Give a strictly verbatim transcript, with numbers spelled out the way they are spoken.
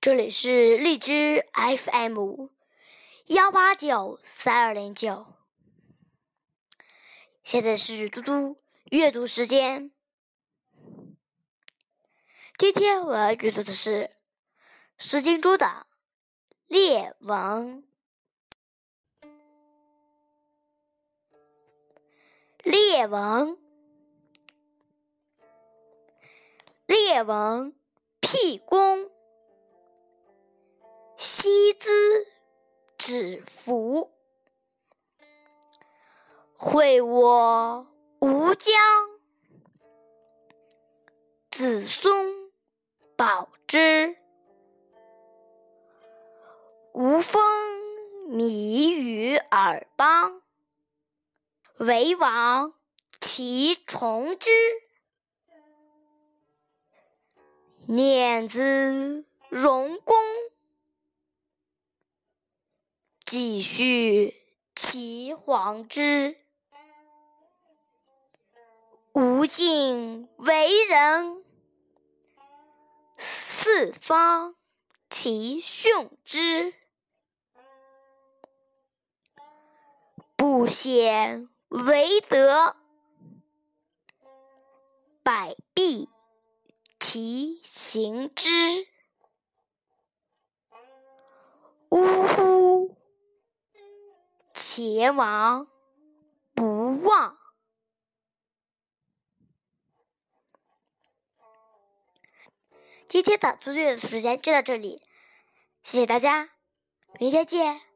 这里是荔枝 F M 幺八九三二零九，现在是嘟嘟阅读时间。今天我要阅读的是石金珠的《列王》。列王，列王辟公，西兹止服，会我吴江，子孙保之。无风靡于尔邦，为王其从之。念兹荣公，继续其皇之。无尽为人，四方其训之。不显为德，百弊其行之。呜呼！且往不忘。今天的读阅的时间就到这里，谢谢大家，明天见。